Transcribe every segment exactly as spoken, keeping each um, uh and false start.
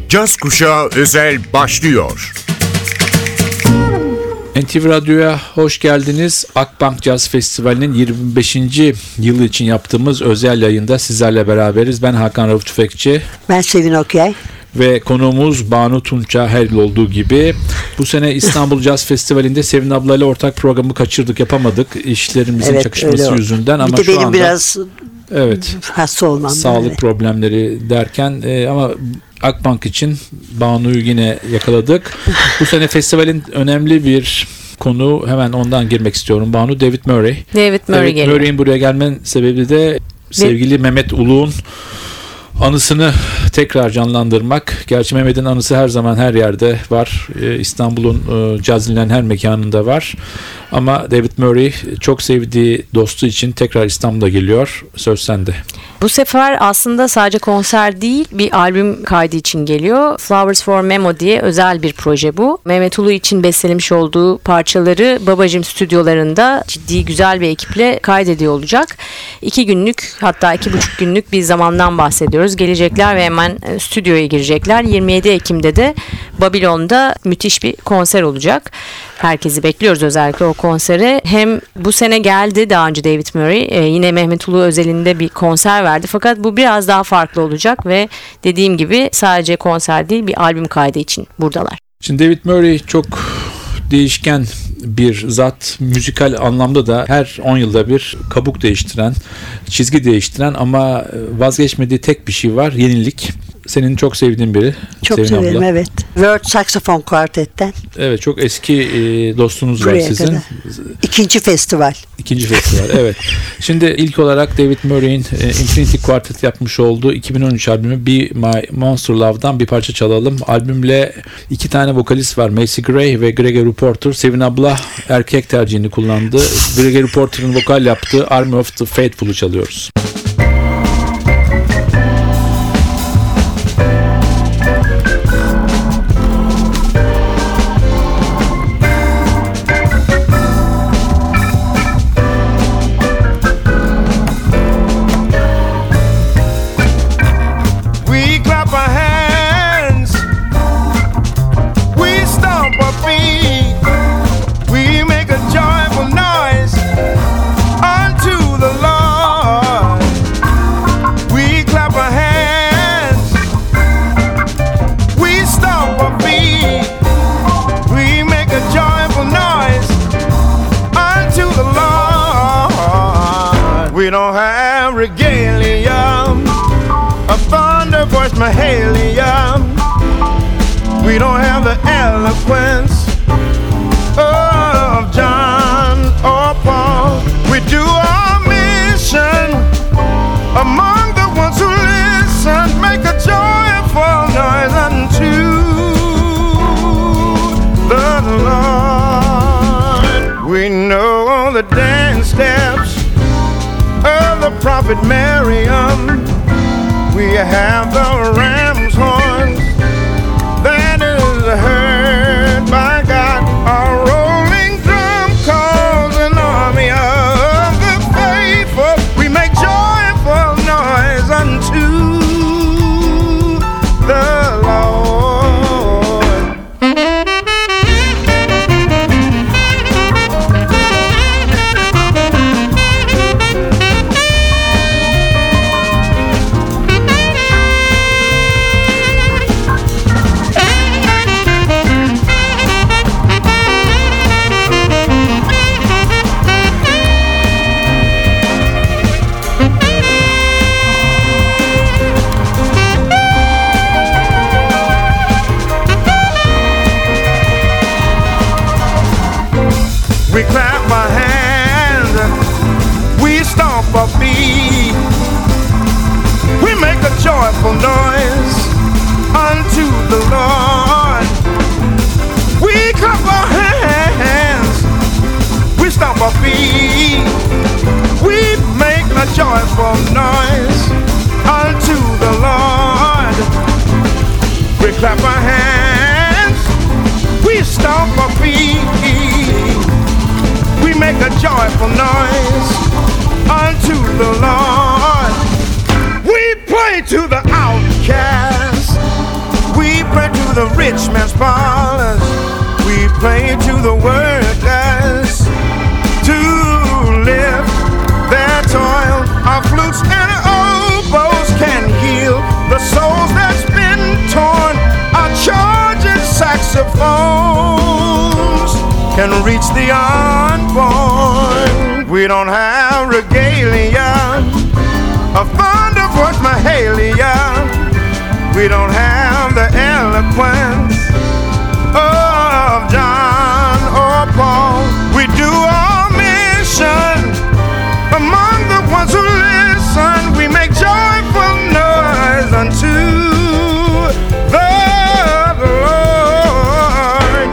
Caz Kuşağı özel başlıyor. N T V Radyo'ya hoş geldiniz. Akbank Caz Festivali'nin yirmi beşinci yılı için yaptığımız özel yayında sizlerle beraberiz. Ben Hakan Rauf Tüfekçi. Ben Sevin Okyay. Ve konuğumuz Banu Tunça, her yıl olduğu gibi. Bu sene İstanbul Caz Festivali'nde Sevin ablayla ortak programı kaçırdık, yapamadık. İşlerimizin evet, çakışması yüzünden. Ama bir de şu benim anda, biraz evet, hasta olmam. Sağlık böyle. problemleri derken e, ama Akbank için Banu'yu yine yakaladık. Bu sene festivalin önemli bir konu, hemen ondan girmek istiyorum. Banu, David Murray. David Murray David geliyor. Murray'in buraya gelmen sebebi de sevgili De- Mehmet Uluğ'un anısını tekrar canlandırmak. Gerçi Mehmet'in anısı her zaman her yerde var. Ee, İstanbul'un e, caz dinlenen her mekanında var. Ama David Murray çok sevdiği dostu için tekrar İstanbul'a geliyor. Söz sende. Bu sefer aslında sadece konser değil, bir albüm kaydı için geliyor. Flowers for Memo diye özel bir proje bu. Mehmet Ulu için bestelemiş olduğu parçaları Babacım stüdyolarında ciddi güzel bir ekiple kaydediyor olacak. İki günlük, hatta iki buçuk günlük bir zamandan bahsediyoruz. Gelecekler ve hemen stüdyoya girecekler. yirmi yedi Ekim'de de Babilon'da müthiş bir konser olacak. Herkesi bekliyoruz özellikle o konsere. Hem bu sene geldi daha önce David Murray. Ee, yine Mehmet Ulu özelinde bir konser verdi. Fakat bu biraz daha farklı olacak ve dediğim gibi sadece konser değil, bir albüm kaydı için buradalar. Şimdi David Murray çok değişken bir zat. Müzikal anlamda da her on yılda bir kabuk değiştiren, çizgi değiştiren ama vazgeçmediği tek bir şey var: yenilik. Senin çok sevdiğin biri. Çok Sevin severim, abla. evet. World Saxophone Quartet'ten. Evet, çok eski e, dostunuz Buraya var sizin. kadar. İkinci festival. İkinci festival, evet. Şimdi ilk olarak David Murray'in e, Infinity Quartet yapmış olduğu iki bin on üç albümü Be My Monster Love'dan bir parça çalalım. Albümle iki tane vokalist var, Macy Gray ve Gregory Porter. Sevin abla erkek tercihini kullandı. Gregory Porter'ın vokal yaptığı Army of the Faithful'u çalıyoruz. We don't have regalia, a thunder voice Mahalia. We don't have the eloquence of John or Paul. We do our mission among the ones who listen. Make a joyful noise unto the Lord. We know the dance steps of the prophet Miriam. We have the ram's horns that is heard by God. Our rolling drum calls an army of the faithful. We make joyful noise unto the Lord. We clap our hands, we stomp our feet, we make a joyful noise unto the Lord. We clap our hands, we stomp our feet, we make a joyful noise unto the Lord. We clap our hands, we stomp our feet, we make a joyful noise unto the Lord. We play to the outcast, we rich man's parlors. We play to the workers to lift their toil. Our flutes and oboes can heal the souls that's been torn. Our charging saxophones can reach the unborn. We don't have regalia, a thunder voice Mahalia. We don't have the eloquence of John or Paul. We do our mission among the ones who listen. We make joyful noise unto the Lord.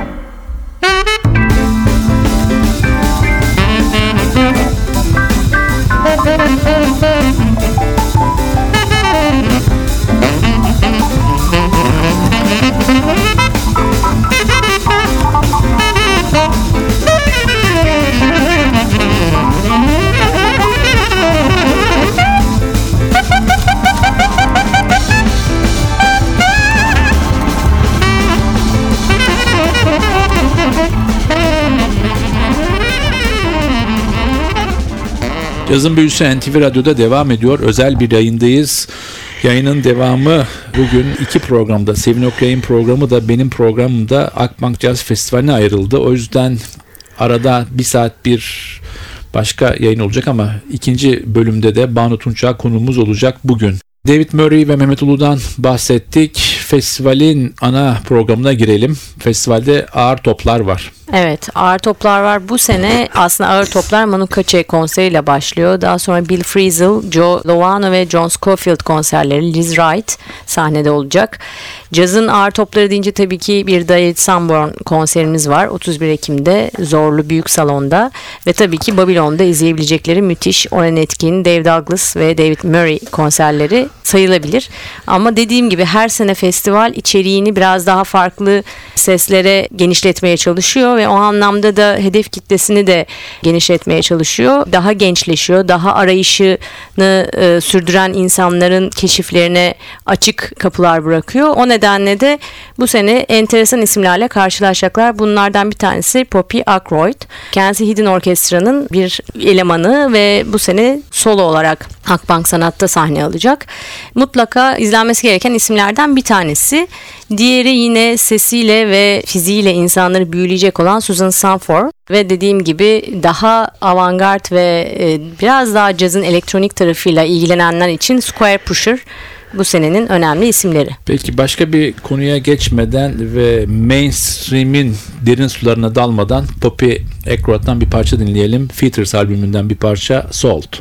Cazın Büyüsü N T V Radyo'da devam ediyor. Özel bir yayındayız. Yayının devamı bugün iki programda. Sevin Okyay'ın programı da benim programım da Akbank Jazz Festivali'ne ayrıldı. O yüzden arada bir saat bir başka yayın olacak ama ikinci bölümde de Banu Tunçak konuğumuz olacak bugün. David Murray ve Mehmet Ulu'dan bahsettik. Festivalin ana programına girelim. Festivalde ağır toplar var. Evet, ağır toplar var. Bu sene aslında ağır toplar Manu Katché konseriyle başlıyor. Daha sonra Bill Frisell, Joe Lovano ve John Scofield konserleri, Liz Wright sahnede olacak. Cazın ağır topları deyince tabii ki bir David Sanborn konserimiz var. otuz bir Ekim'de Zorlu Büyük Salon'da ve tabii ki Babylon'da izleyebilecekleri müthiş Orhan Etkin, Dave Douglas ve David Murray konserleri sayılabilir. Ama dediğim gibi her sene festival içeriğini biraz daha farklı seslere genişletmeye çalışıyor ve o anlamda da hedef kitlesini de genişletmeye çalışıyor. Daha gençleşiyor, daha arayışını e, sürdüren insanların keşiflerine açık kapılar bırakıyor. O nedenle de bu sene enteresan isimlerle karşılaşacaklar. Bunlardan bir tanesi Poppy Ackroyd. Kendisi Hidden Orkestra'nın bir elemanı ve bu sene solo olarak Akbank Sanat'ta sahne alacak. Mutlaka izlenmesi gereken isimlerden bir tanesi. Diğeri yine sesiyle ve fiziğiyle insanları büyüleyecek olan Susan Sanford ve dediğim gibi daha avantgard ve e, biraz daha cazın elektronik tarafıyla ilgilenenler için Square Pusher bu senenin önemli isimleri. Peki başka bir konuya geçmeden ve mainstream'in derin sularına dalmadan Poppy Ackroyd'dan bir parça dinleyelim. Features albümünden bir parça, Salt.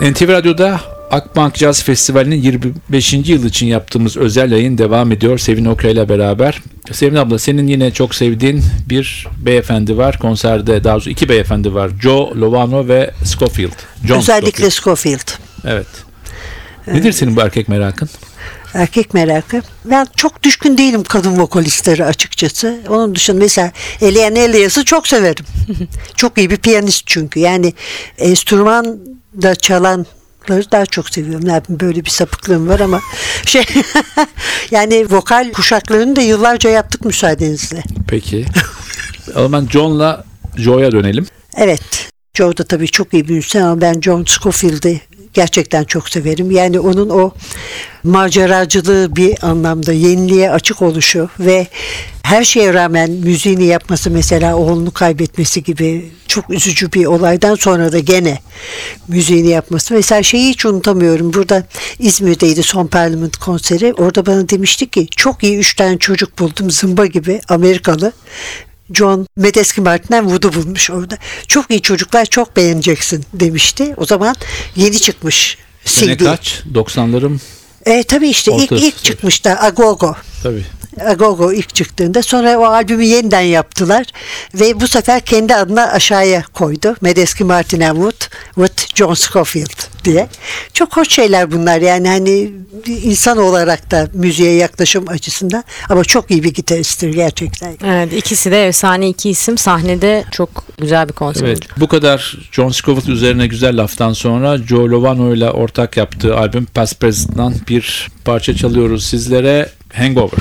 N T V Radyo'da Akbank Jazz Festivali'nin yirmi beşinci yıl için yaptığımız özel yayın devam ediyor Sevin Okyay ile beraber. Sevin abla, senin yine çok sevdiğin bir beyefendi var konserde, daha doğrusu iki beyefendi var. Joe Lovano ve Scofield. John Özellikle Scofield. Scofield. Evet. Nedir senin bu erkek merakın? Erkek merakı. Ben çok düşkün değilim kadın vokalistleri açıkçası. Onun dışında mesela Eliane Elias'ı çok severim. Çok iyi bir piyanist çünkü. Yani enstrüman da çalanları daha çok seviyorum. Yani böyle bir sapıklığım var ama şey yani vokal kuşaklarını da yıllarca yaptık müsaadenizle. Peki. O zaman John'la Joe'ya dönelim. Evet. Joe da tabii çok iyi bir müzisyen ama ben John Scofield'i gerçekten çok severim. Yani onun o maceracılığı bir anlamda, yeniliğe açık oluşu ve her şeye rağmen müziğini yapması, mesela oğlunu kaybetmesi gibi çok üzücü bir olaydan sonra da gene müziğini yapması. Mesela şeyi hiç unutamıyorum. Burada İzmir'deydi son Parliament konseri. Orada bana demişti ki çok iyi üç tane çocuk buldum, zımba gibi Amerikalı. John Medeski Martin'den Wood'u bulmuş orada. Çok iyi çocuklar, çok beğeneceksin demişti. O zaman yeni çıkmış C Sene D. kaç? doksanların E, tabii işte ilk, ortası. ilk çıkmıştı Agogo. Tabii. Agogo ilk çıktığında, sonra o albümü yeniden yaptılar ve bu sefer kendi adına aşağıya koydu. Medeski Martin and Wood with John Scofield diye. Çok hoş şeyler bunlar yani, hani insan olarak da müziğe yaklaşım açısından, ama çok iyi bir gitaristtir gerçekten. Evet, ikisi de efsane iki isim, sahnede çok güzel bir konser Evet, olacak. bu kadar John Scofield üzerine güzel laftan sonra Joe Lovano ile ortak yaptığı albüm Past Present'dan bir parça çalıyoruz sizlere. Hangover.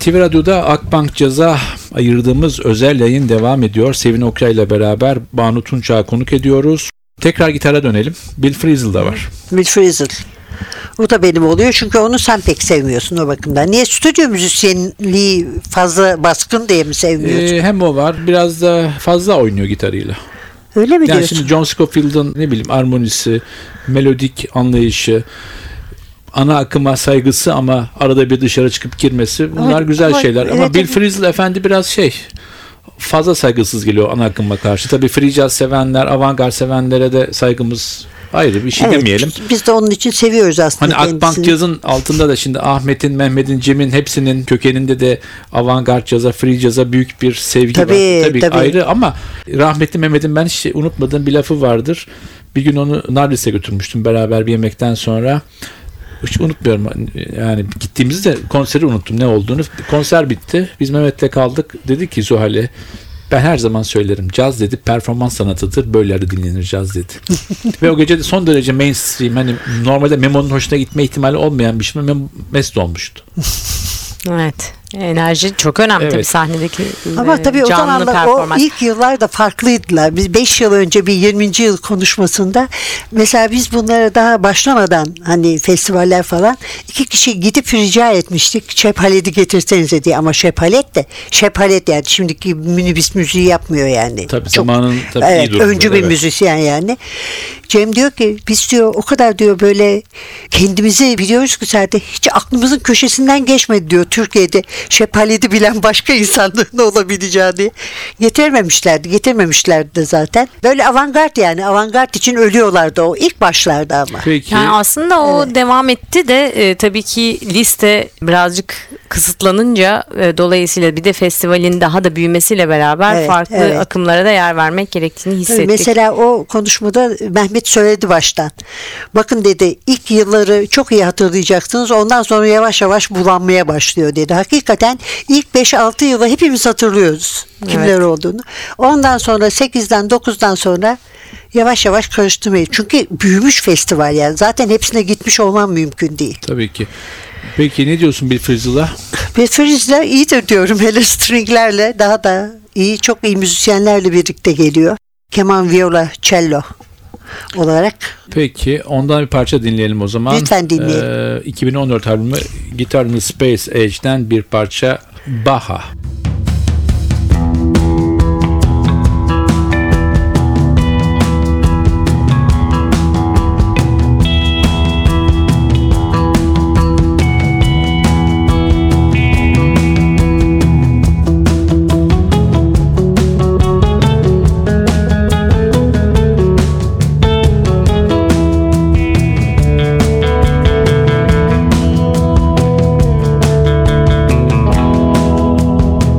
T V Radyo'da Akbank Caz'a ayırdığımız özel yayın devam ediyor. Sevin Okyay ile beraber Banu Tunçak'ı konuk ediyoruz. Tekrar gitara dönelim. Bill Frisell da var. Bill Frisell. O da benim oluyor çünkü onu sen pek sevmiyorsun o bakımdan. Niye, stüdyo müzisyenliği fazla baskın diye mi sevmiyorsun? Ee, hem o var, biraz da fazla oynuyor gitarıyla. Öyle mi Yani diyorsun? şimdi John Scofield'ın ne bileyim armonisi, melodik anlayışı, ana akıma saygısı ama arada bir dışarı çıkıp girmesi, bunlar Ama- güzel ama- şeyler. Ama evet, Bill evet. Frisell efendi biraz şey, fazla saygısız geliyor ana akıma karşı. Tabii free jazz sevenler, avantgard sevenlere de saygımız ayrı, bir şey Evet, demeyelim. Biz de onun için seviyoruz aslında Hani Akbank kendisini. Caz'ın altında da şimdi Ahmet'in, Mehmet'in, Cem'in hepsinin kökeninde de avantgard caza, free caza büyük bir sevgi Tabii, var. Tabii tabii. ayrı ama rahmetli Mehmet'in ben hiç unutmadığım bir lafı vardır. Bir gün onu Nardis'e götürmüştüm beraber bir yemekten sonra. Hiç unutmuyorum. Yani gittiğimizde konseri unuttum ne olduğunu. Konser bitti. Biz Mehmet'le kaldık. Dedi ki Zuhal'e, ben her zaman söylerim. Caz dedi performans sanatıdır. Böylelerde dinlenir caz dedi. Ve o gece de son derece mainstream, hani normalde Memo'nun hoşuna gitme ihtimali olmayan bir şey. Memo mest olmuştu. Evet. Enerji çok önemli Evet. tabii sahnedeki Ama e, tabii o canlı zamanlar o performans. ilk yıllar da farklıydılar. Biz beş yıl önce bir yirminci yıl konuşmasında mesela biz bunlara daha başlamadan hani festivaller falan iki kişi gidip rica etmiştik. Shep Hallet'i getirsenize diye, ama Shep Hallet de Shep Hallet yani şimdiki minibüs müziği yapmıyor yani. Tabii Çok- zamanın tabii evet, iyi durumu. öncü bir Evet. müzisyen yani. Cem diyor ki biz diyor o kadar diyor böyle kendimizi biliyoruz ki zaten hiç aklımızın köşesinden geçmedi diyor Türkiye'de Shep Hallet'i bilen başka insanların olabileceğini. Getirmemişlerdi. Getirmemişlerdi de zaten. Böyle avantgard yani. Avantgard için ölüyorlardı o ilk başlarda ama. Peki. Yani aslında o devam etti de e, tabii ki liste birazcık kısıtlanınca e, dolayısıyla bir de festivalin daha da büyümesiyle beraber Evet, farklı evet. akımlara da yer vermek gerektiğini hissettik. Mesela o konuşmada Mehmet söyledi baştan. Bakın dedi ilk yılları çok iyi hatırlayacaksınız. Ondan sonra yavaş yavaş bulanmaya başlıyor dedi. Hakikaten ilk beş altı yılı hepimiz hatırlıyoruz kimler Evet. olduğunu. Ondan sonra sekizden dokuzdan sonra yavaş yavaş karıştırmayın. Çünkü büyümüş festival yani. Zaten hepsine gitmiş olman mümkün değil. Tabii ki. Peki ne diyorsun Bill Frisell'a? Bill Frisell iyidir diyorum. Hele stringlerle daha da iyi, çok iyi müzisyenlerle birlikte geliyor. Keman, viola, cello olarak. Peki ondan bir parça dinleyelim o zaman. Lütfen dinleyelim. Ee, iki bin on dört albümü Guitar in the Space Age'den bir parça, Baha. Baja.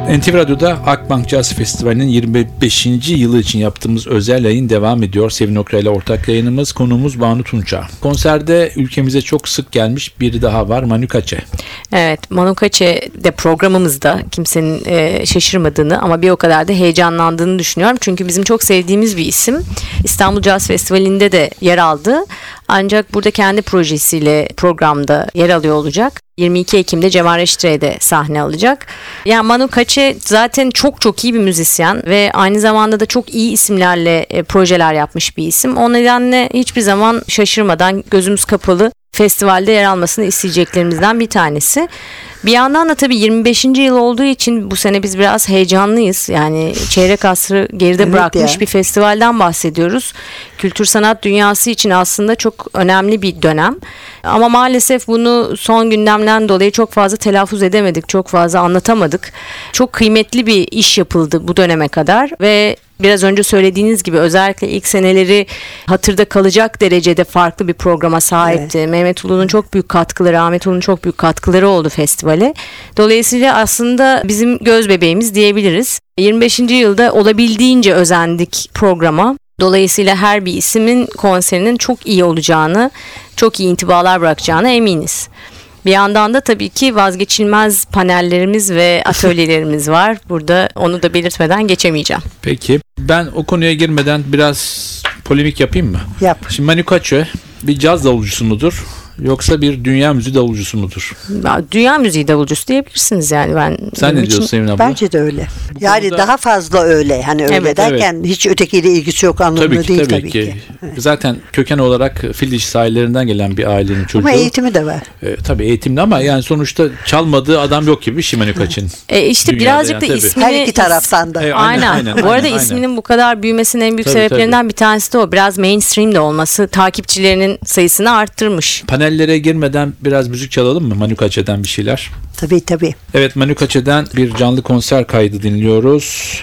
N T V Radyo'da Akbank Jazz Festivali'nin yirmi beşinci yılı için yaptığımız özel yayın devam ediyor. Sevin Okra ile ortak yayınımız. Konuğumuz Banu Tunça. Konserde ülkemize çok sık gelmiş biri daha var, Manu Katché. Evet, Manu Katché de programımızda kimsenin e, şaşırmadığını ama bir o kadar da heyecanlandığını düşünüyorum. Çünkü bizim çok sevdiğimiz bir isim. İstanbul Jazz Festivali'nde de yer aldı. Ancak burada kendi projesiyle programda yer alıyor olacak. yirmi iki Ekim'de Cemal Reşitre'de sahne alacak. Yani Manu Katché zaten çok çok iyi bir müzisyen ve aynı zamanda da çok iyi isimlerle e, projeler yapmış bir isim. O nedenle hiçbir zaman şaşırmadan gözümüz kapalı festivalde yer almasını isteyeceklerimizden bir tanesi. Bir yandan da tabii yirmi beşinci yıl olduğu için bu sene biz biraz heyecanlıyız. Yani çeyrek asrı geride Evet bırakmış ya. bir festivalden bahsediyoruz. Kültür sanat dünyası için aslında çok önemli bir dönem. Ama maalesef bunu son gündemden dolayı çok fazla telaffuz edemedik, çok fazla anlatamadık. Çok kıymetli bir iş yapıldı bu döneme kadar ve biraz önce söylediğiniz gibi özellikle ilk seneleri hatırda kalacak derecede farklı bir programa sahipti. Evet. Mehmet Ulu'nun çok büyük katkıları, Ahmet Ulu'nun çok büyük katkıları oldu festivale. Dolayısıyla aslında bizim göz bebeğimiz diyebiliriz. yirmi beşinci yılda olabildiğince özendik programa. Dolayısıyla her bir isimin konserinin çok iyi olacağını, çok iyi intibalar bırakacağına eminiz. Bir yandan da tabii ki vazgeçilmez panellerimiz ve atölyelerimiz var. Burada onu da belirtmeden geçemeyeceğim. Peki ben o konuya girmeden biraz polemik yapayım mı? Yap. Şimdi Manu Katché bir caz davulcusu mudur? Yoksa bir dünya müziği davulcusu mudur? Dünya müziği davulcusu diyebilirsiniz yani. Ben Sen ne için... diyorsun Sevin abla? Bence de öyle. Yani konuda- daha fazla öyle. Hani öyle Evet, derken hiç ötekiyle ilgisi yok anlamında Tabii ki değil tabii, tabii, ki. ki. Evet. Zaten köken olarak Filiş sahillerinden gelen bir ailenin çocuğu. Ama eğitimi de var. E, tabii eğitimli ama yani sonuçta çalmadığı adam yok gibi bir şey Manu Katché'nin. E işte Dünyada birazcık yani da tabii. ismini... Her iki taraftan da. Evet. Aynen. Aynen, aynen, Bu arada aynen, isminin bu kadar büyümesinin en büyük Tabii, sebeplerinden bir tanesi de o. Biraz mainstream de olması takipçilerinin sayısını arttırmış. Panellere girmeden biraz müzik çalalım mı Manu Katché'den bir şeyler? Tabii tabii. Evet, Manu Katché'den bir canlı konser kaydı dinliyoruz.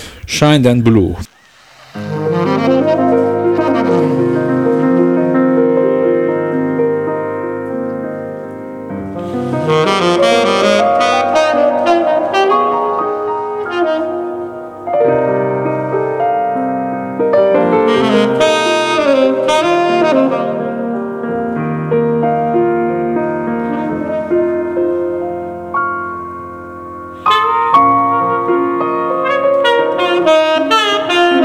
Shine and Blue. Thank you.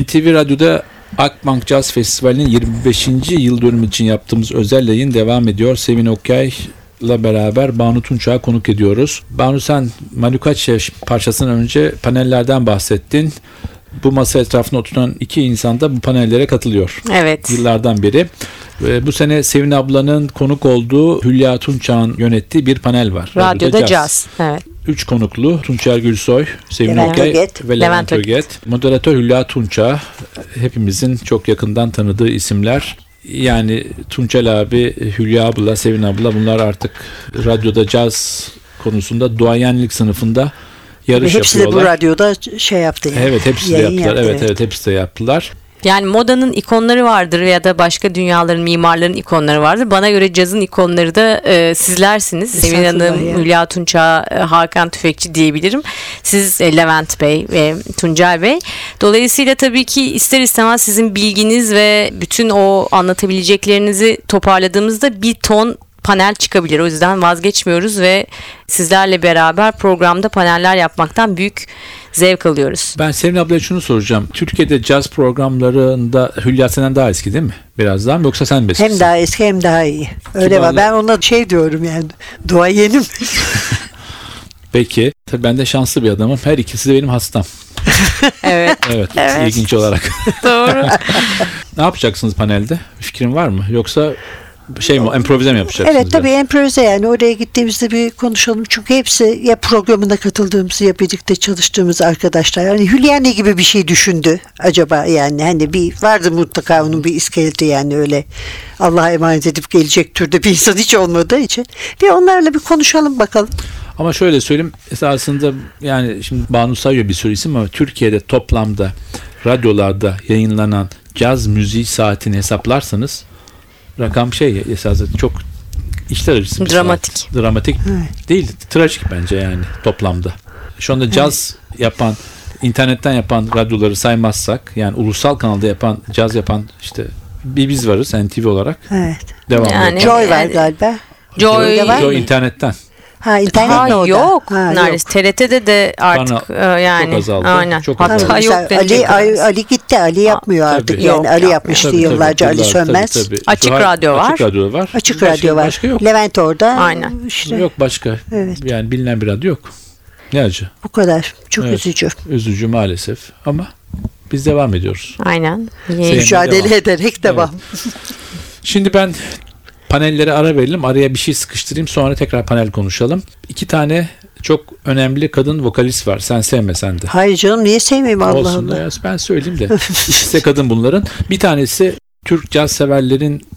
T V Radyo'da Akbank Jazz Festivali'nin yirmi beşinci yıl dönümü için yaptığımız özel yayın devam ediyor. Sevin Okyay'la beraber Banu Tunçak'ı konuk ediyoruz. Banu, sen Malukache parçasından önce panellerden bahsettin. Bu masa etrafında oturan iki insan da bu panellere katılıyor. Evet. Yıllardan beri. Bu sene Sevin ablanın konuk olduğu Hülya Tunçak'ın yönettiği bir panel var. Radyoda, Radyoda Jazz. Jazz. Evet. Üç konuklu Tunçer Gülsoy, Sevin Levent Okay Öget. ve Levent Levent Öget. Öget. Moderatör Hülya Tunçak. Hepimizin çok yakından tanıdığı isimler. Yani Tunçel abi, Hülya abla, Sevin abla, bunlar artık radyoda caz konusunda duayenlik sınıfında yarış Hepsi de yapıyorlar. bu radyoda şey yaptı. Yani. Evet, hepsi de Yayın yaptılar. yaptı, evet, evet hepsi de yaptılar. Yani modanın ikonları vardır ya da başka dünyaların, mimarların ikonları vardır. Bana göre cazın ikonları da e, sizlersiniz. Sevin Estağfurullah Hanım, ya. Hülya Tunçak, e, Hakan Tüfekçi diyebilirim. Siz e, Levent Bey ve Tuncay Bey. Dolayısıyla tabii ki ister istemez sizin bilginiz ve bütün o anlatabileceklerinizi toparladığımızda bir ton panel çıkabilir. O yüzden vazgeçmiyoruz ve sizlerle beraber programda paneller yapmaktan büyük zevk alıyoruz. Ben Sevin ablaya şunu soracağım. Türkiye'de caz programlarında Hülya senden daha eski değil mi? Biraz daha mı, yoksa sen mi eskisin? Hem daha eski hem daha iyi. Öyle var. Kibarlı- Ben ona şey diyorum yani. Duayenim. Peki. Tabii ben de şanslı bir adamım. Her ikisi de benim hastam. Evet. Evet, Evet. ilginç olarak. Doğru. Ne yapacaksınız panelde? Bir fikrin var mı? Yoksa şey mi, improvize mi yapacaksınız? Evet tabii improvize, yani oraya gittiğimizde bir konuşalım. Çünkü hepsi ya programına katıldığımız ya birlikte çalıştığımız arkadaşlar. Yani Hülya ne gibi bir şey düşündü acaba, yani hani bir vardı mutlaka onun bir iskeleti, yani öyle Allah'a emanet edip gelecek türde bir insan hiç olmadığı için. Bir onlarla bir konuşalım bakalım. Ama şöyle söyleyeyim, esasında yani şimdi Banu sayıyor bir sürü isim ama Türkiye'de toplamda radyolarda yayınlanan caz müziği saatini hesaplarsanız rakam şey esasında çok içler acısı bir Dramatik. saat. Dramatik değil, trajik bence yani toplamda. Şu anda caz yapan, internetten yapan radyoları saymazsak, yani ulusal kanalda yapan, caz yapan işte bir biz varız N T V olarak. Evet. Devam Yani- ediyor. Joy var Yani- galiba. Joy, Joy var Joy mı? internetten. Ha internet Ha, mi o da? yok. Ha, Neredeyse T R T'de de artık Kanal e, yani. çok azaldı. Aynen. Çok Hatta azaldı. Tabii, yok mesela denecek. Ali, Ali, Ali gitti. Ali yapmıyor tabii. artık. Yok, Yani Ali yapmıyor. yapmıştı Tabii, tabii, yıllarca Ali yıllar, Sönmez. tabii, tabii. Açık Şu an radyo var. Açık radyo var. Açık Başka- radyo var. Başka yok. Levent orada. Aynen. İşte Yok başka. Evet. Yani bilinen bir radyo yok. Ne acı. bu kadar. Çok Evet. üzücü. Üzücü maalesef ama biz devam ediyoruz. Aynen. Sevgili Ye- Mücadele devam. ederek devam. Şimdi ben panellere ara verelim. Araya bir şey sıkıştırayım, sonra tekrar panel konuşalım. İki tane çok önemli kadın vokalist var. Sen sevmesen de. Hayır canım, niye sevmeyeyim, Allah Olsun da Allah. ya, ben söyleyeyim de. İkisi de kadın bunların. Bir tanesi Türk caz severlerin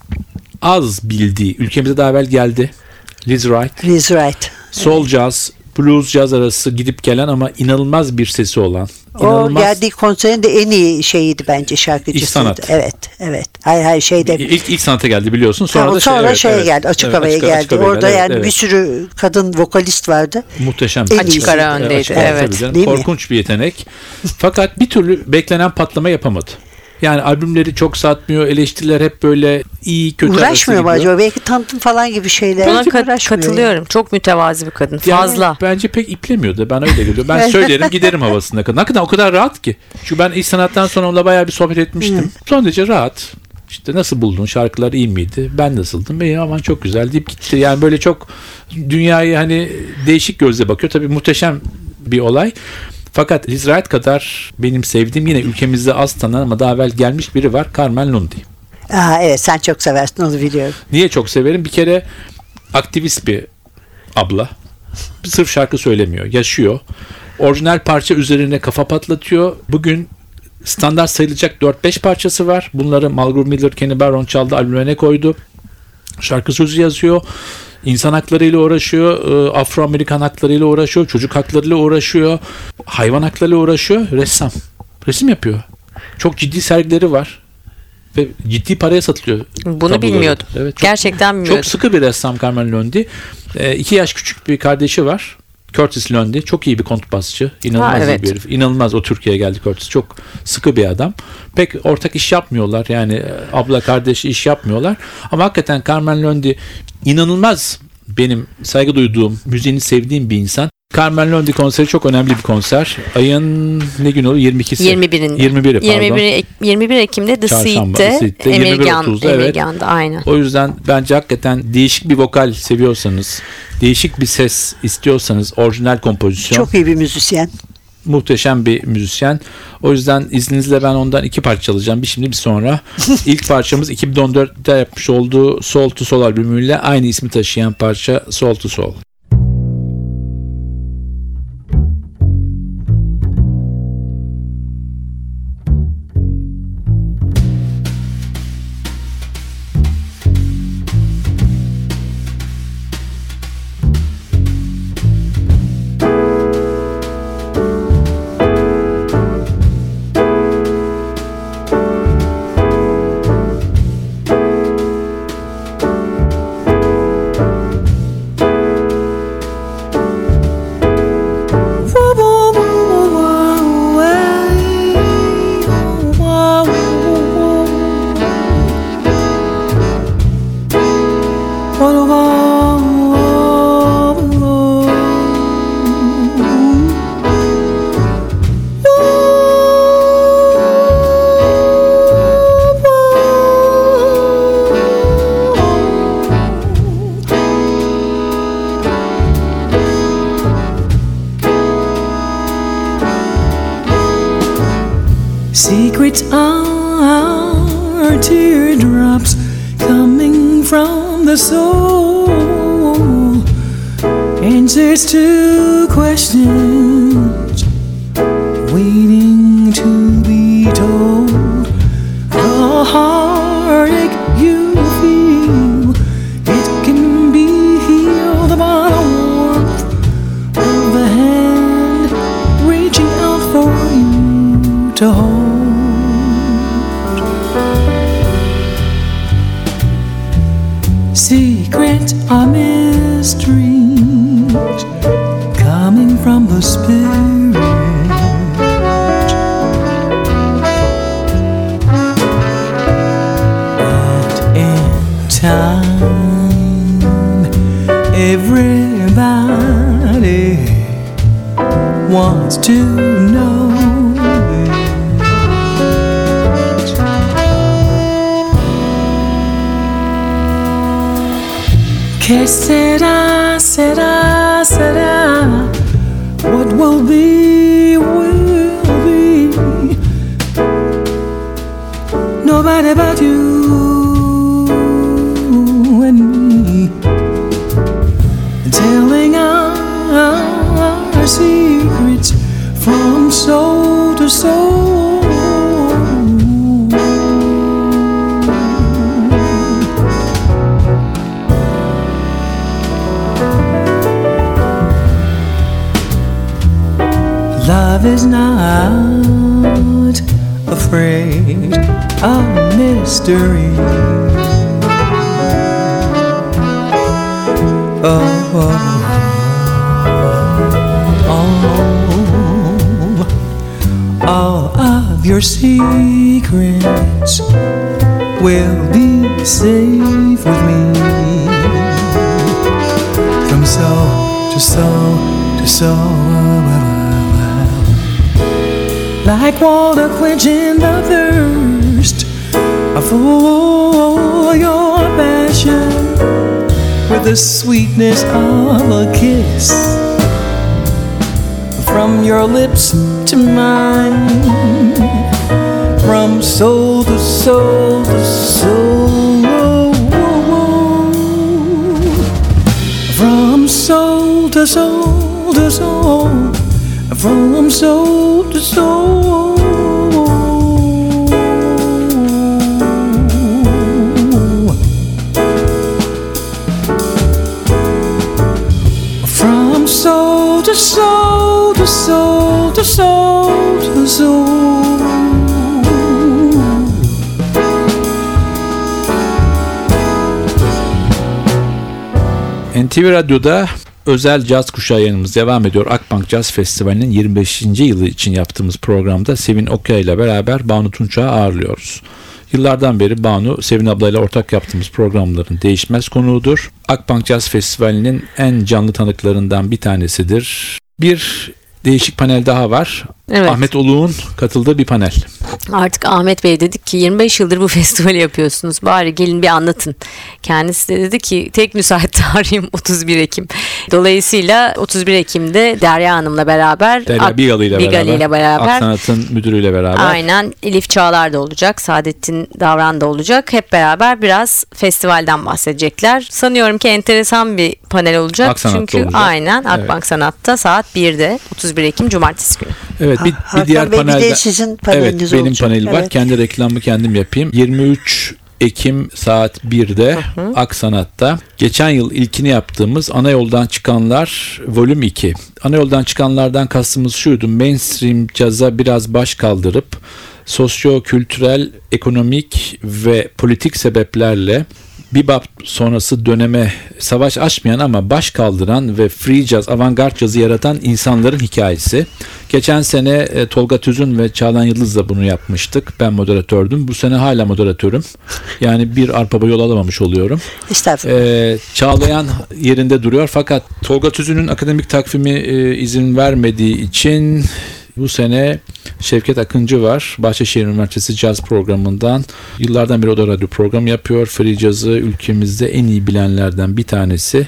az bildiği, ülkemize daha evvel geldi. Liz Wright. Liz Wright. Soul jazz, blues jazz arası gidip gelen ama inanılmaz bir sesi olan. O İnanılmaz. geldiği konserin de en iyi şeyiydi bence, şarkıcısıydı. İlk sanat. Evet, evet. Hayır hayır şeyde. İlk, ilk sanata geldi biliyorsun. Sonra Sonra, da şey, sonra evet, şeye evet. geldi, açık Evet, havaya açık- geldi. açık havaya Orada geldi, yani evet, bir evet. sürü kadın vokalist vardı. Muhteşem. En Açık iyisi. ara öndeydi. Açık ara, Evet. tabii canım. Değil mi? Korkunç bir yetenek. Fakat bir türlü beklenen patlama yapamadı. Yani albümleri çok satmıyor. Eleştiriler hep böyle iyi kötü arası Uğraşmıyor mu gidiyor. acaba? Belki tanıtım falan gibi şeyler. Buna Belki kat- uğraşmıyor katılıyorum. Çok mütevazi bir kadın. Yani Fazla. Bence pek iplemiyor da bana öyle geliyor. Ben söylerim giderim havasında kadın. Hakikaten o kadar rahat ki. Şu ben ilk sanattan sonra onunla bayağı bir sohbet etmiştim. Son derece rahat. İşte nasıl buldun? Şarkılar iyi miydi? Ben nasıldım? Benim aman çok güzel deyip gitti. Yani böyle çok dünyayı hani değişik gözle bakıyor. Tabii muhteşem bir olay. Fakat Liz Wright kadar benim sevdiğim, yine ülkemizde az tanınan ama daha evvel gelmiş biri var. Carmen Lundy. Aa, evet, sen çok seversin, onu biliyorum. Niye çok severim? Bir kere aktivist bir abla. Sırf şarkı söylemiyor. Yaşıyor. Orijinal parça üzerine kafa patlatıyor. Bugün standart sayılacak dört beş parçası var. Bunları Malcolm Miller, Kenny Barron çaldı, albümüne koydu. Şarkı sözü yazıyor. İnsan haklarıyla uğraşıyor. Afro-Amerikan haklarıyla uğraşıyor. Çocuk haklarıyla uğraşıyor. Hayvan haklarıyla uğraşıyor. Ressam. Resim yapıyor. Çok ciddi sergileri var. Ve ciddi paraya satılıyor. Bunu tabloları. bilmiyordum. Evet, çok, Gerçekten bilmiyordum. çok sıkı bir ressam Carmen Lundy. E, iki yaş küçük bir kardeşi var. Curtis Lundy. Çok iyi bir kontrbasçı. İnanılmaz Ha, iyi evet. bir herif. İnanılmaz, o Türkiye'ye geldi Curtis. Çok sıkı bir adam. Pek ortak iş yapmıyorlar. Yani e, abla kardeşi iş yapmıyorlar. Ama hakikaten Carmen Lundy inanılmaz benim saygı duyduğum, müziğini sevdiğim bir insan. Carmen Lundy konseri çok önemli bir konser. Ayın ne günü olur? yirmi ikisi. yirmi birinde. yirmi biri pardon. yirmi bir, yirmi bir Ekim'de The Çarşamba, Seat'te, The Seat'te, Emirgan, yirmi bir otuzda, evet. Emirgan'da aynen. O yüzden bence hakikaten değişik bir vokal seviyorsanız, değişik bir ses istiyorsanız, orijinal kompozisyon. Çok iyi bir müzisyen. Muhteşem bir müzisyen. O yüzden izninizle ben ondan iki parça çalacağım. Bir şimdi bir sonra. İlk parçamız iki bin on dörtte yapmış olduğu Soul to Soul albümüyle aynı ismi taşıyan parça Soul to Soul. Secrets are teardrops coming from the soul, answers to questions waiting to be told. The heartache you feel, it can be healed by the warmth of the hand reaching out for you to hold. Secrets are mysteries coming from the Spirit, and in time everybody wants to know. Que sera, sera, sera. What will be, will be. Nobody but you and me, telling our, our secrets from soul to soul. Love is not afraid of mystery. Oh, oh, oh, all of your secrets will be safe with me. From soul to soul to soul. Like water quenching the thirst for your passion, with the sweetness of a kiss from your lips to mine, from soul to soul to soul, from soul to soul to soul, from soul to soul. From soul to soul to soul to soul to soul. N T V Radyo'da özel caz kuşağı yayınımız devam ediyor. Akbank Caz Festivali'nin yirmi beşinci yılı için yaptığımız programda Sevin Okyay ile beraber Banu Tunçak'ı ağırlıyoruz. Yıllardan beri Banu Sevin ablayla ortak yaptığımız programların değişmez konuğudur. Akbank Jazz Festivali'nin en canlı tanıklarından bir tanesidir. Bir değişik panel daha var. Evet. Ahmet Oluk'un katıldığı bir panel. Artık Ahmet Bey dedik ki yirmi beş yıldır bu festivali yapıyorsunuz. Bari gelin bir anlatın. Kendisi de dedi ki tek müsait tarihim otuz bir Ekim. Dolayısıyla otuz bir Ekim'de Derya Hanım'la beraber, Derya Ak- Bigalı ile Bigalı beraber, ile beraber, Aksanat'ın müdürüyle beraber. aynen, Elif Çağlar da olacak, Saadettin Davran da olacak. Hep beraber biraz festivalden bahsedecekler. Sanıyorum ki enteresan bir panel olacak. Aksanat'ta Çünkü olacak. aynen Akbank Evet. Sanat'ta saat birde otuz bir Ekim Cumartesi günü. Evet, bir, Hakan bir diğer Bey, bir de panelde. sizin paneliniz Evet, benim olacak. panelim var. Evet. Kendi reklamımı kendim yapayım. yirmi üç Ekim saat birde Aksanat'ta geçen yıl ilkini yaptığımız Ana Yoldan Çıkanlar Volüm iki. Ana Yoldan Çıkanlardan kastımız şuydu: mainstream caza biraz baş kaldırıp sosyo-kültürel, ekonomik ve politik sebeplerle bebop sonrası döneme savaş açmayan ama baş kaldıran ve free jazz, avantgard cazı yaratan insanların hikayesi. Geçen sene e, Tolga Tüzün ve Çağlan Yıldız'la bunu yapmıştık. Ben moderatördüm. Bu sene hala moderatörüm. Yani bir arpa boyu yol alamamış oluyorum. Estağfurullah. Ee, Çağlayan yerinde duruyor fakat Tolga Tüzün'ün akademik takvimi e, izin vermediği için bu sene Şevket Akıncı var. Bahçeşehir Üniversitesi Caz programından. Yıllardan beri o da radyo programı yapıyor. Free Jazz'ı ülkemizde en iyi bilenlerden bir tanesi.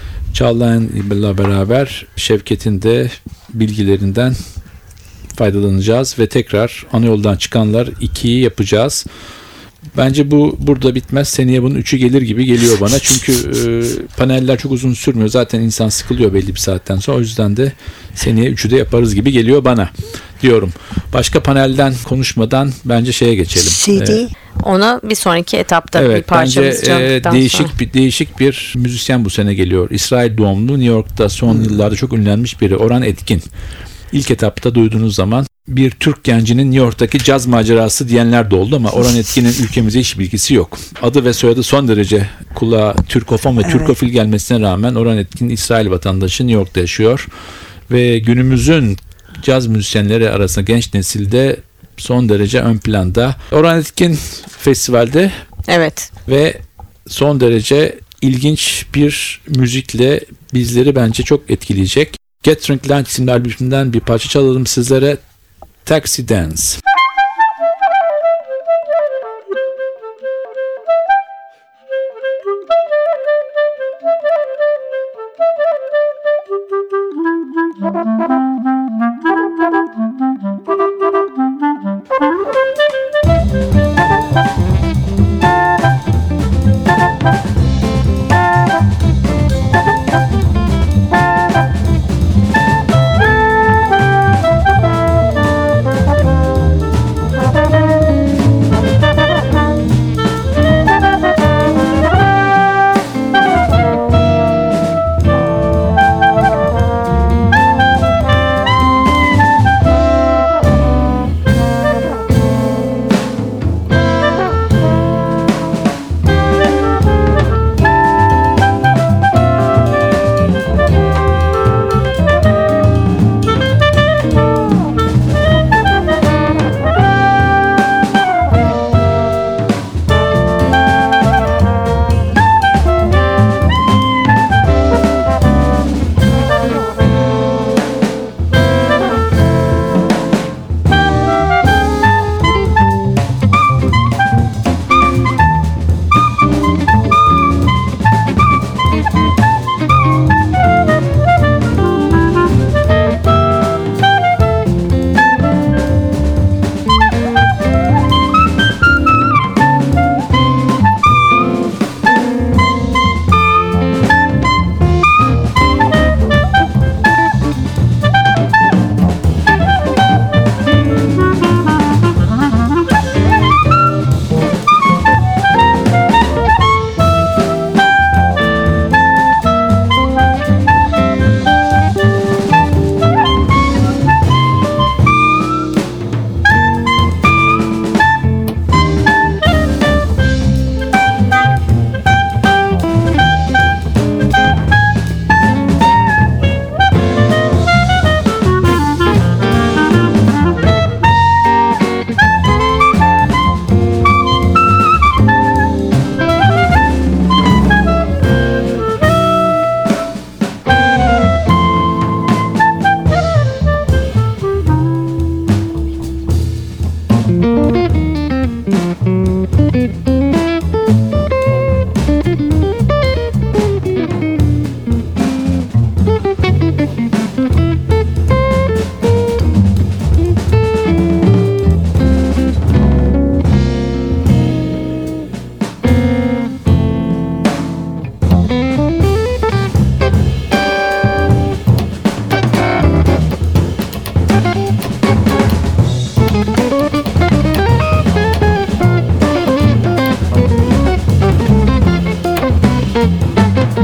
Çağlayan'la beraber Şevket'in de bilgilerinden faydalanacağız ve tekrar Ana Yoldan Çıkanlar ikiyi yapacağız. Bence bu burada bitmez. Seneye bunun üçü gelir gibi geliyor bana. Çünkü e, paneller çok uzun sürmüyor. Zaten insan sıkılıyor belli bir saatten sonra. O yüzden de seneye üçü de yaparız gibi geliyor bana diyorum. Başka panelden konuşmadan bence şeye geçelim. C D. Ee, Ona bir sonraki etapta bir Evet, bence parçamız e, çaldıktan değişik sonra. bir değişik bir müzisyen bu sene geliyor. İsrail doğumlu, New York'ta son yıllarda çok ünlenmiş biri. Orhan Etkin. İlk etapta duyduğunuz zaman bir Türk gencinin New York'taki caz macerası diyenler de oldu ama Orhan Etkin'in ülkemize hiç bilgisi yok. Adı ve soyadı son derece kulağa Türkofon ve Evet. Türkofil gelmesine rağmen Orhan Etkin İsrail vatandaşı, New York'ta yaşıyor ve günümüzün caz müzisyenleri arasında genç nesilde son derece ön planda. Orhan Etkin festivalde Evet. ve son derece ilginç bir müzikle bizleri bence çok etkileyecek. Gathering Land isimli albümünden bir parça çalalım sizlere. Taxi Dance.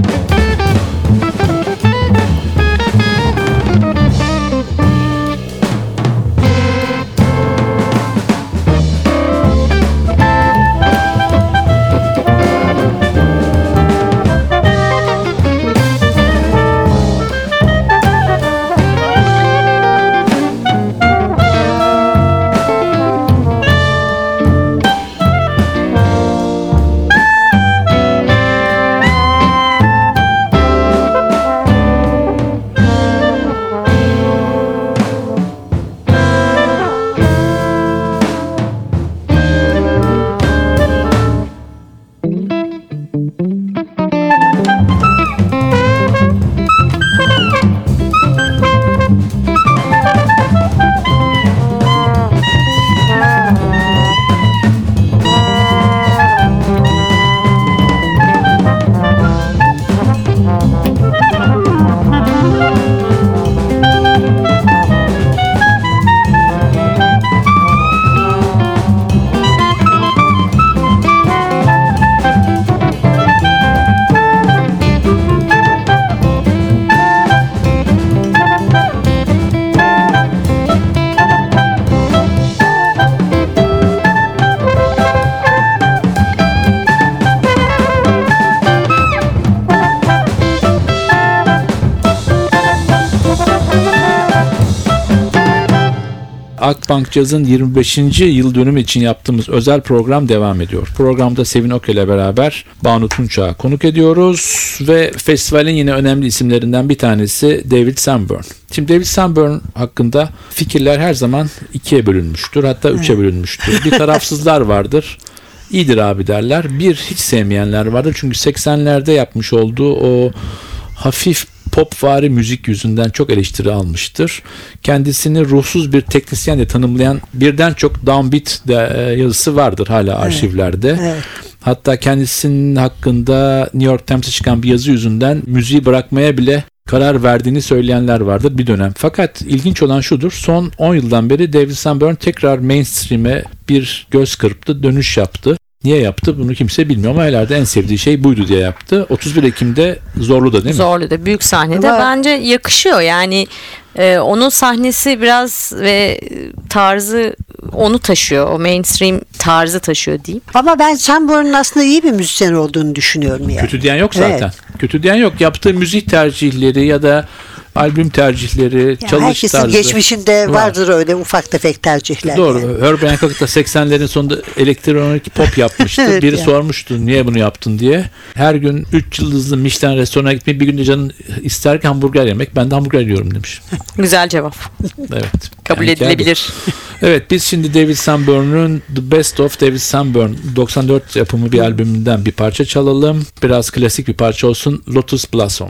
Akbank Caz'ın yirmi beşinci yıl dönümü için yaptığımız özel program devam ediyor. Programda Sevin Oke ile beraber Banu Tunçak'ı konuk ediyoruz ve festivalin yine önemli isimlerinden bir tanesi David Sanborn. Şimdi David Sanborn hakkında fikirler her zaman ikiye bölünmüştür, hatta üçe bölünmüştür. Bir tarafsızlar vardır. İyidir abi derler. Bir, hiç sevmeyenler vardır. Çünkü seksenlerde yapmış olduğu o hafif popvari müzik yüzünden çok eleştiri almıştır. Kendisini ruhsuz bir teknisyen de tanımlayan birden çok downbeat de, e, yazısı vardır hala arşivlerde. Evet, evet. Hatta kendisinin hakkında New York Times'e çıkan bir yazı yüzünden müziği bırakmaya bile karar verdiğini söyleyenler vardır bir dönem. Fakat ilginç olan şudur. Son on yıldan beri David Sanborn tekrar mainstream'e bir göz kırptı, dönüş yaptı. Niye yaptı bunu kimse bilmiyor ama herhalde en sevdiği şey buydu diye yaptı. otuz bir Ekim'de Zorlu'da değil mi? Zorlu'da büyük sahnede Ama bence yakışıyor yani e, onun sahnesi biraz ve tarzı onu taşıyor, o mainstream tarzı taşıyor diyeyim. Ama ben Sanborn'un aslında iyi bir müzisyen olduğunu düşünüyorum yani. Kötü diyen yok zaten. Evet. Kötü diyen yok. Yaptığı müzik tercihleri ya da albüm tercihleri, Yani çalış herkesin tarzı. geçmişinde var. vardır öyle ufak tefek tercihler. Doğru. yani. Herbie Hancock da seksenlerin sonunda elektronik pop yapmıştı. Evet Biri ya. sormuştu niye bunu yaptın diye. Her gün üç yıldızlı Michelin restorana gitmeyi, bir günde canın ister ki hamburger yemek. Ben de hamburger yiyorum demiş. Güzel cevap. Evet. Kabul Yani hikaye bu. edilebilir. Evet, biz şimdi David Sanborn'un The Best of David Sanborn doksan dört yapımı bir albümünden bir parça çalalım. Biraz klasik bir parça olsun. Lotus Blossom.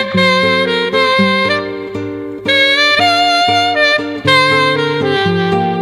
Thank you.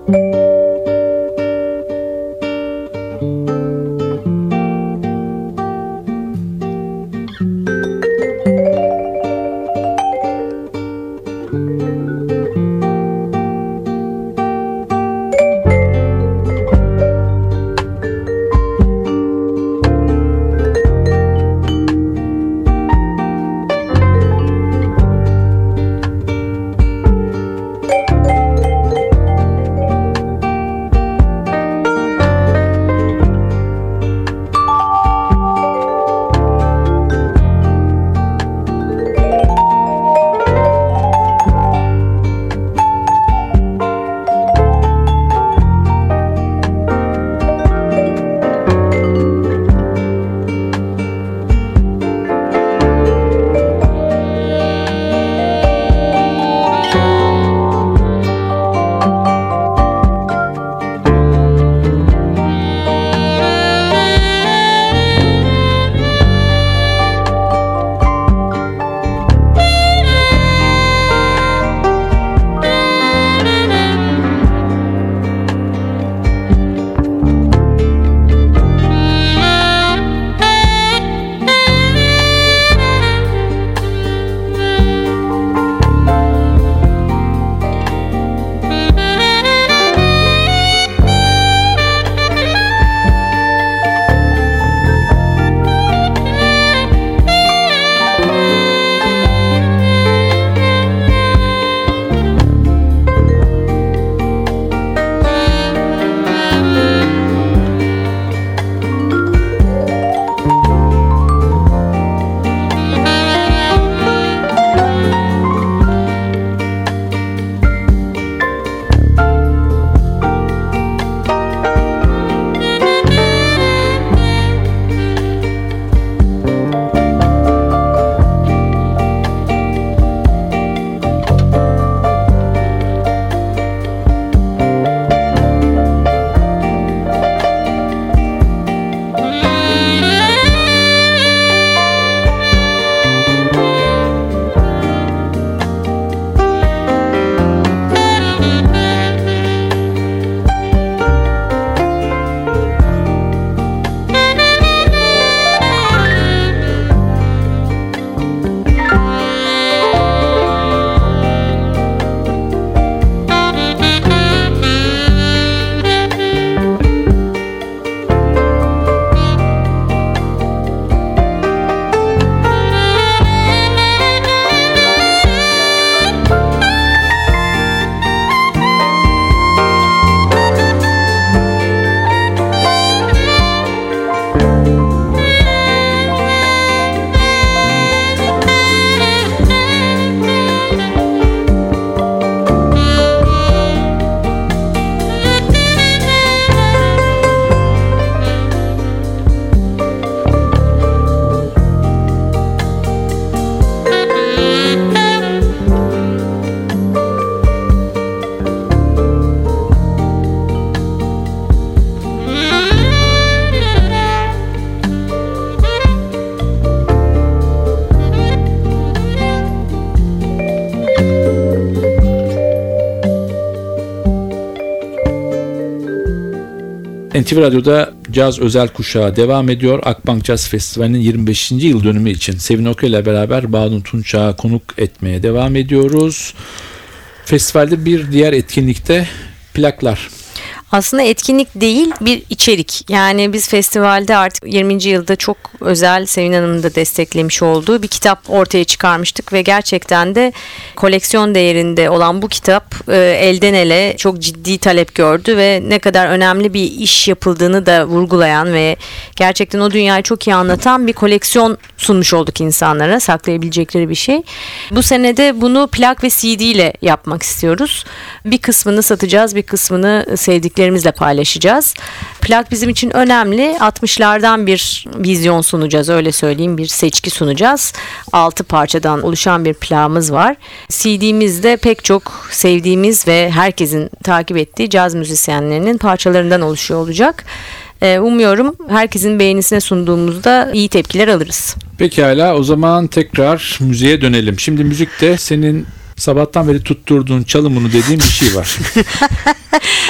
N T V Radyo'da Caz Özel Kuşağı devam ediyor. Akbank Caz Festivali'nin yirmi beşinci yıl dönümü için Sevin Oka ile beraber Banu Tunçak'ı konuk etmeye devam ediyoruz. Festivalde bir diğer etkinlikte plaklar. Aslında etkinlik değil, bir içerik. Yani biz festivalde artık yirminci yılda çok özel, Sevin Hanım'ın da desteklemiş olduğu bir kitap ortaya çıkarmıştık ve gerçekten de koleksiyon değerinde olan bu kitap e, elden ele çok ciddi talep gördü ve ne kadar önemli bir iş yapıldığını da vurgulayan ve gerçekten o dünyayı çok iyi anlatan bir koleksiyon sunmuş olduk insanlara, saklayabilecekleri bir şey. Bu sene de bunu plak ve C D ile yapmak istiyoruz. Bir kısmını satacağız, bir kısmını sevdiklerimizle paylaşacağız. Plak bizim için önemli. altmışlardan bir vizyon sunacağız, öyle söyleyeyim, bir seçki sunacağız. altı parçadan oluşan bir plağımız var. C D'mizde pek çok sevdiğimiz ve herkesin takip ettiği caz müzisyenlerinin parçalarından oluşuyor olacak. Umuyorum herkesin beğenisine sunduğumuzda iyi tepkiler alırız. Pekala, o zaman tekrar müziğe dönelim. Şimdi müzikte senin sabahtan beri tutturduğun çalımını dediğin bir şey var.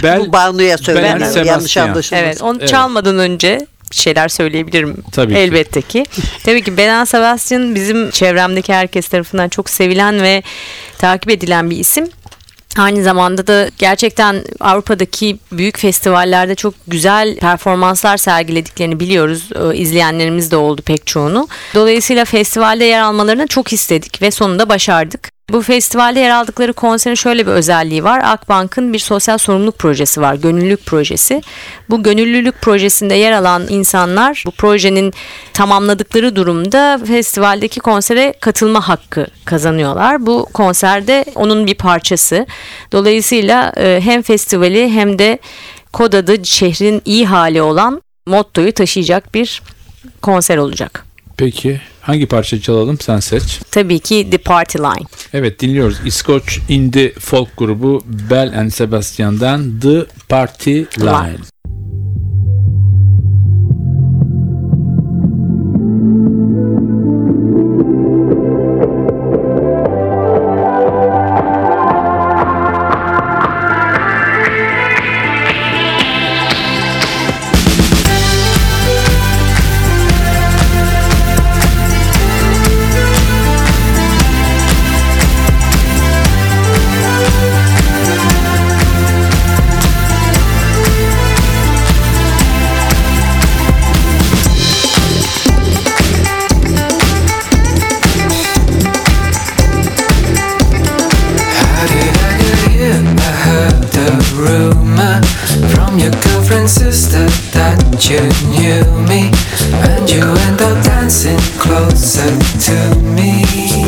Bel- Bu Banu'ya söylemem. Bel Yanlış Sebastian. anlaşılmasın. Evet, onu Evet. çalmadan önce bir şeyler söyleyebilirim. Tabii ki. Elbette ki. Tabii ki Belen Sebastian bizim çevremdeki herkes tarafından çok sevilen ve takip edilen bir isim. Aynı zamanda da gerçekten Avrupa'daki büyük festivallerde çok güzel performanslar sergilediklerini biliyoruz. Ee, İzleyenlerimiz de oldu pek çoğunu. Dolayısıyla festivalde yer almalarını çok istedik ve sonunda başardık. Bu festivalde yer aldıkları konserin şöyle bir özelliği var. Akbank'ın bir sosyal sorumluluk projesi var. Gönüllülük projesi. Bu gönüllülük projesinde yer alan insanlar bu projenin tamamladıkları durumda festivaldeki konsere katılma hakkı kazanıyorlar. Bu konserde onun bir parçası. Dolayısıyla e, hem festivali hem de kod adı şehrin iyi hali olan mottoyu taşıyacak bir konser olacak. Peki hangi parça çalalım, sen seç. Tabii ki The Party Line. Evet, dinliyoruz. İskoç indie folk grubu Bell and Sebastian'dan The Party Line. Sister, that you knew me, and you end up dancing closer to me.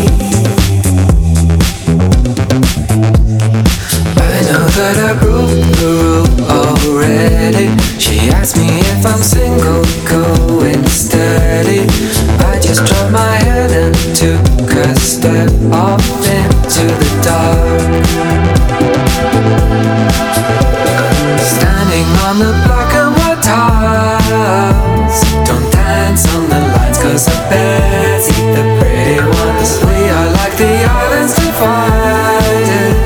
I know that I broke the rule already. She asked me if I'm single, going steady. I just dropped my head and took a step off into the dark. Standing on the black and white tiles, don't dance on the lines cause the bears eat the pretty ones. We are like the islands divided.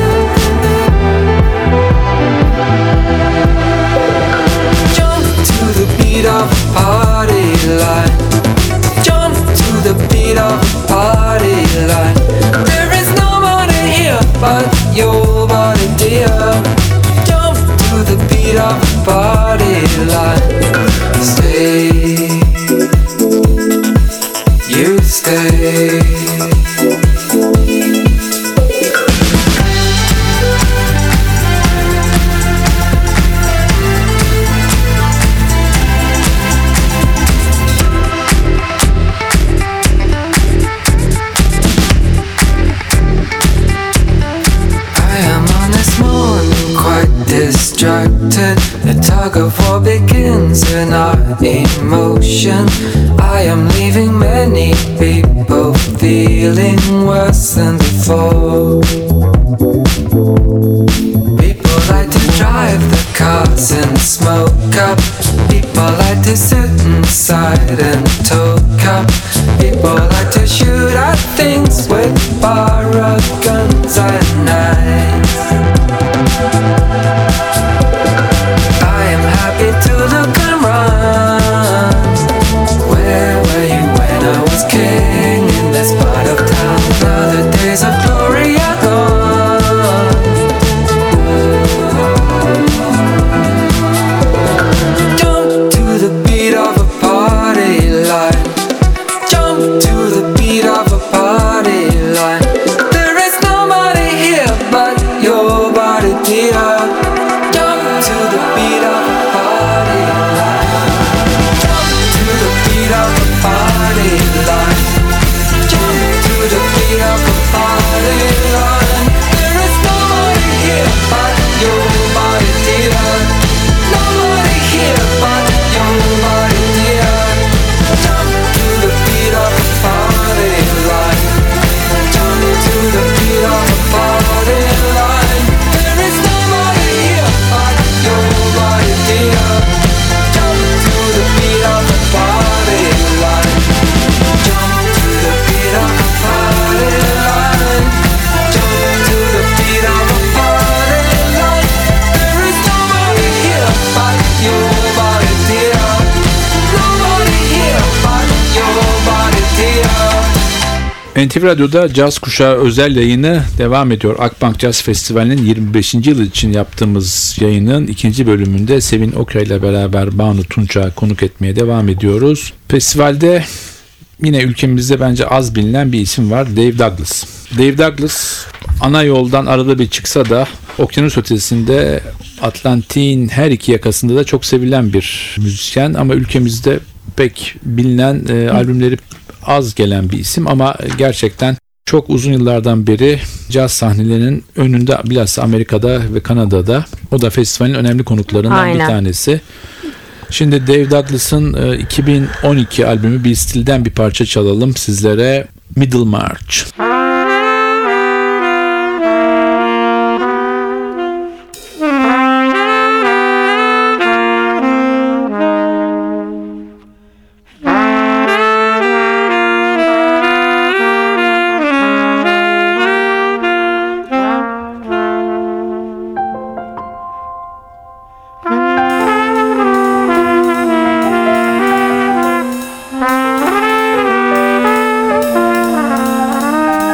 Jump to the beat of a party line. Jump to the beat of a party line. There is nobody here but your body, dear. To the beat of the party line. Stay, you stay. Distracted, the tug of war begins in our emotion. I am leaving many people feeling worse than before. People like to drive the cars and smoke up. People like to sit inside and talk up. People like to shoot at things with borrowed guns at night. To look and run. Where were you when I was king in this part of town? Now the days of glory are gone. Jump to the beat of a party line. Jump to N T V Radyo'da Caz Kuşağı özel yayını devam ediyor. Akbank Caz Festivali'nin yirmi beşinci yılı için yaptığımız yayının ikinci bölümünde Sevin Okyay ile beraber Banu Tunç'a konuk etmeye devam ediyoruz. Festivalde yine ülkemizde bence az bilinen bir isim var. Dave Douglas. Dave Douglas ana yoldan arada bir çıksa da okyanus ötesinde Atlantik'in her iki yakasında da çok sevilen bir müzisyen ama ülkemizde pek bilinen e, albümleri az gelen bir isim ama gerçekten çok uzun yıllardan beri caz sahnelerinin önünde, bilhassa Amerika'da ve Kanada'da. O da festivalin önemli konuklarından Aynen. bir tanesi. Şimdi Dave Douglas'ın iki bin on iki albümü Bir Stil'den bir parça çalalım sizlere. Middlemarch. Thank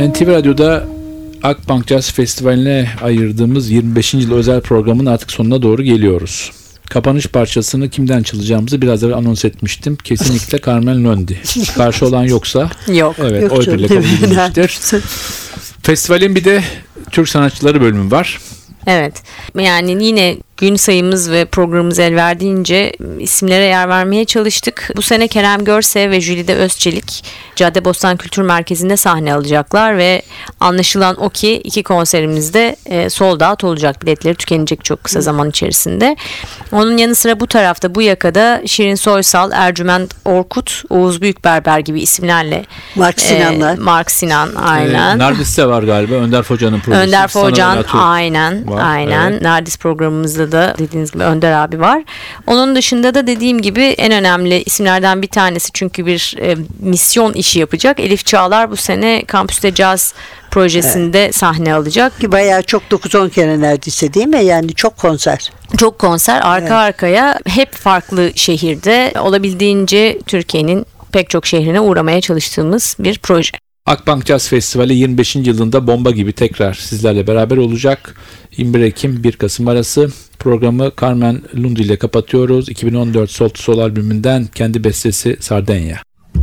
N T V Radyo'da Akbank Jazz Festivali'ne ayırdığımız yirmi beşinci yıl özel programın artık sonuna doğru geliyoruz. Kapanış parçasını kimden çalacağımızı biraz evvel anons etmiştim. Kesinlikle Carmen Lundy. Karşı olan yoksa Yok. evet, Yok oy canım, birliğiyle kabul değil mi? edilmiştir. Festivalin bir de Türk sanatçıları bölümü var. Evet. Yani yine gün sayımız ve programımız el verdiğince isimlere yer vermeye çalıştık. Bu sene Kerem Görsev ve Jülide Özçelik Caddebostan Kültür Merkezi'nde sahne alacaklar ve anlaşılan o ki iki konserimizde e, sold out olacak. Biletleri tükenecek çok kısa zaman içerisinde. Onun yanı sıra bu tarafta, bu yakada Şirin Soysal, Ercüment Orkut, Oğuz Büyükberber gibi isimlerle Mark Sinan'lar. E, Mark Sinan aynen. Ee, Nardis de var galiba. Önder Focan'ın projesi. Önder Focan Sanırım atıyorum. aynen Var, aynen. evet. Nardis programımızda da dediğiniz gibi Önder abi var. Onun dışında da dediğim gibi en önemli isimlerden bir tanesi, çünkü bir e, misyon işi yapacak. Elif Çağlar bu sene Kampüste Caz projesinde evet. sahne alacak. Ki bayağı çok, dokuz on kere neredeyse, değil mi? Yani çok konser. Çok konser arka evet. arkaya, hep farklı şehirde, olabildiğince Türkiye'nin pek çok şehrine uğramaya çalıştığımız bir proje. Akbank Jazz Festivali yirmi beşinci yılında bomba gibi tekrar sizlerle beraber olacak. yirmi bir Ekim bir Kasım arası programı Carmen Lundy ile kapatıyoruz. iki bin on dört Sol to Sol albümünden kendi bestesi Sardenya.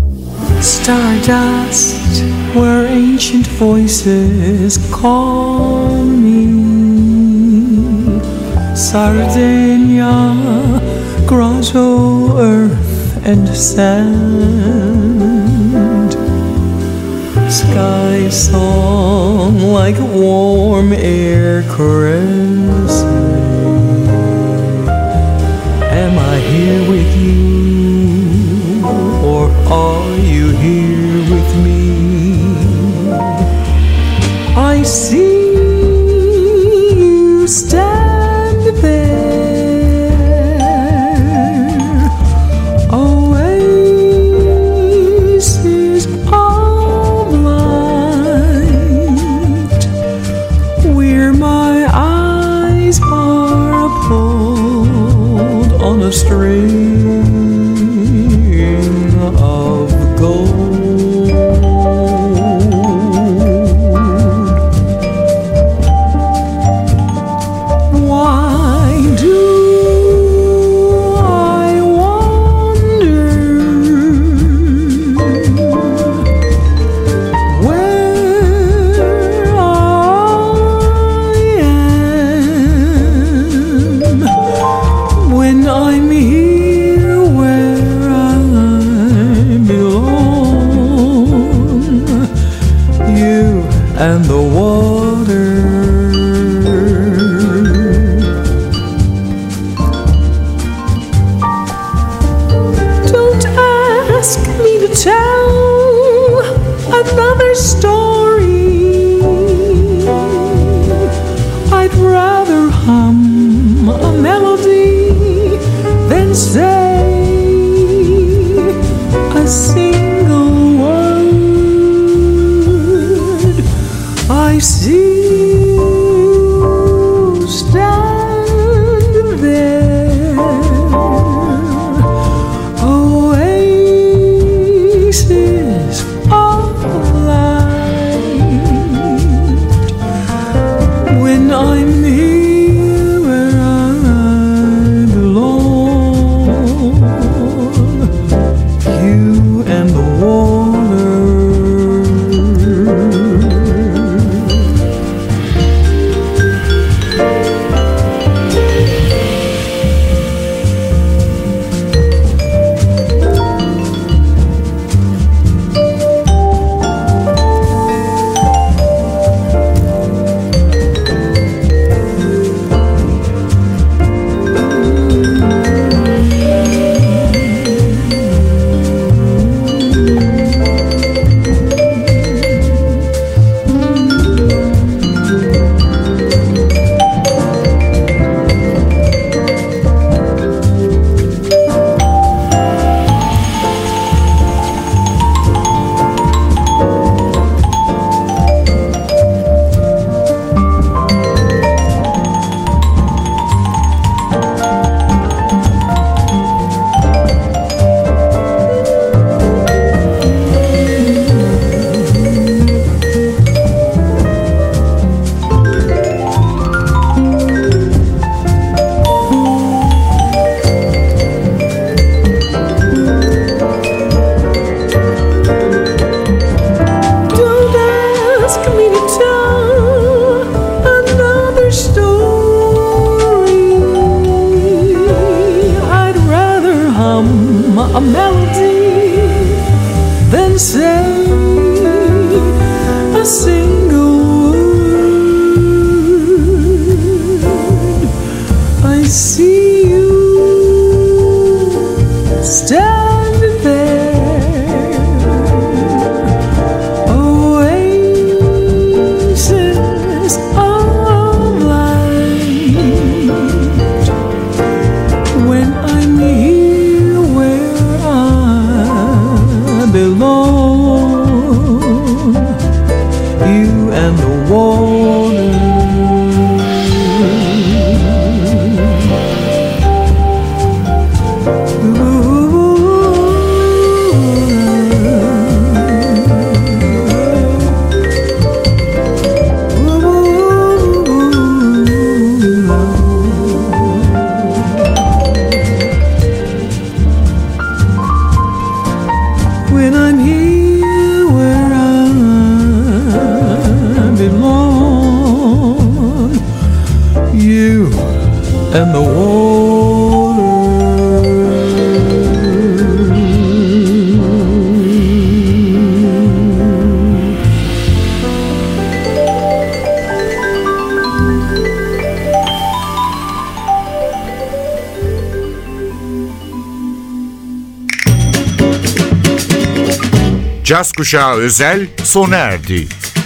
Stardust, where ancient voices call me. Sardinia, grotto, earth and sand. Sky song like warm air caressing. Am I here with you, or are you here with me? I see you stand there, oasis of light, where my eyes are pulled on a string of gold. Why do I wonder where I am when I'm here where I belong? You and the water. Don't ask me to tell another story. I'd rather hum a melody than say a single word. I see you stand there, oasis of light. single word. I see you standing there, oasis of light. When I'm here where I belong, you and the water. When I'm here where I belong, you and the water. Caz Kuşağı özel sona erdi.